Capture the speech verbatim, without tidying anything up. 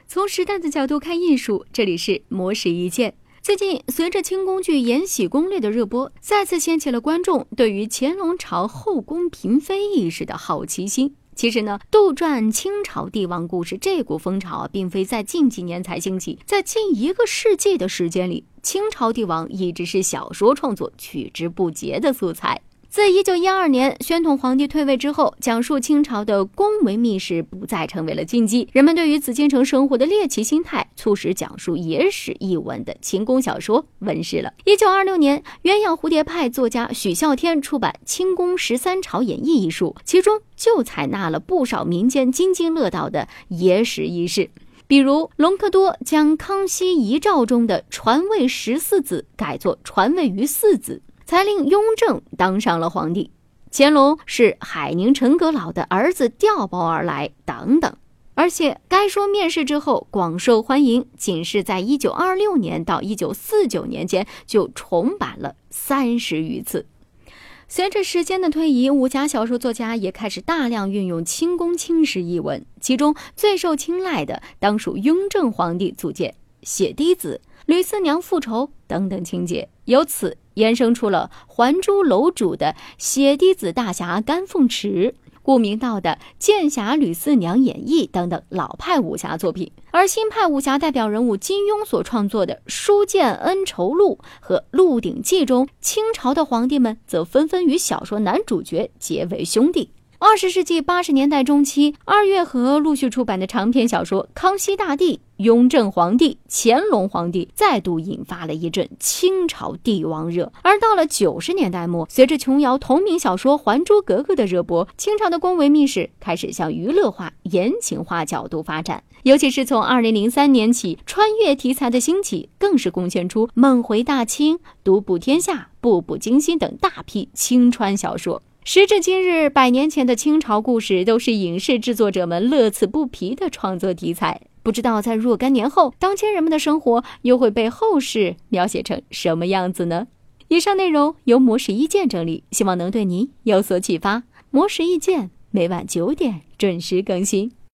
从时代的角度看艺术，这里是魔石一见。最近，随着清宫剧《延禧攻略》的热播，再次掀起了观众对于乾隆朝后宫嫔妃一事的好奇心。其实呢，杜撰清朝帝王故事这股风潮啊，并非在近几年才兴起，在近一个世纪的时间里，清朝帝王一直是小说创作取之不竭的素材。自一九一二年宣统皇帝退位之后，讲述清朝的宫闱秘事不再成为了禁忌，人们对于紫禁城生活的猎奇心态促使讲述野史一文的清宫小说问世了。一九二六年，鸳鸯蝴蝶派作家许孝天出版《清宫十三朝演义》一书，其中就采纳了不少民间津津乐道的野史轶事。比如隆科多将康熙遗诏中的传位十四子改作传位于四子，才令雍正当上了皇帝。乾隆是海宁陈阁老的儿子调包而来等等。而且该说面世之后广受欢迎，仅是在一九二六年到一九四九年间就重版了三十余次。随着时间的推移，武侠小说作家也开始大量运用清宫清史一文，其中最受青睐的当属雍正皇帝组建血滴子、吕四娘复仇等等情节，由此衍生出了还珠楼主的血滴子大侠甘凤池、顾名道的剑侠吕四娘演义等等老派武侠作品。而新派武侠代表人物金庸所创作的《书剑恩仇录》和《鹿鼎记》中，清朝的皇帝们则纷纷与小说男主角结为兄弟。二十世纪八十年代中期，二月河陆续出版的长篇小说《康熙大帝》《雍正皇帝》《乾隆皇帝》再度引发了一阵清朝帝王热。而到了九十年代末，随着琼瑶同名小说《还珠格格》的热播，清朝的宫闱秘事开始向娱乐化、言情化角度发展。尤其是从二零零三年起，穿越题材的兴起，更是贡献出《梦回大清》《独步天下》《步步惊心》等大批清穿小说。时至今日，百年前的清朝故事都是影视制作者们乐此不疲的创作题材。不知道在若干年后，当今人们的生活又会被后世描写成什么样子呢？以上内容由魔石一见整理，希望能对您有所启发。魔石一见每晚九点准时更新。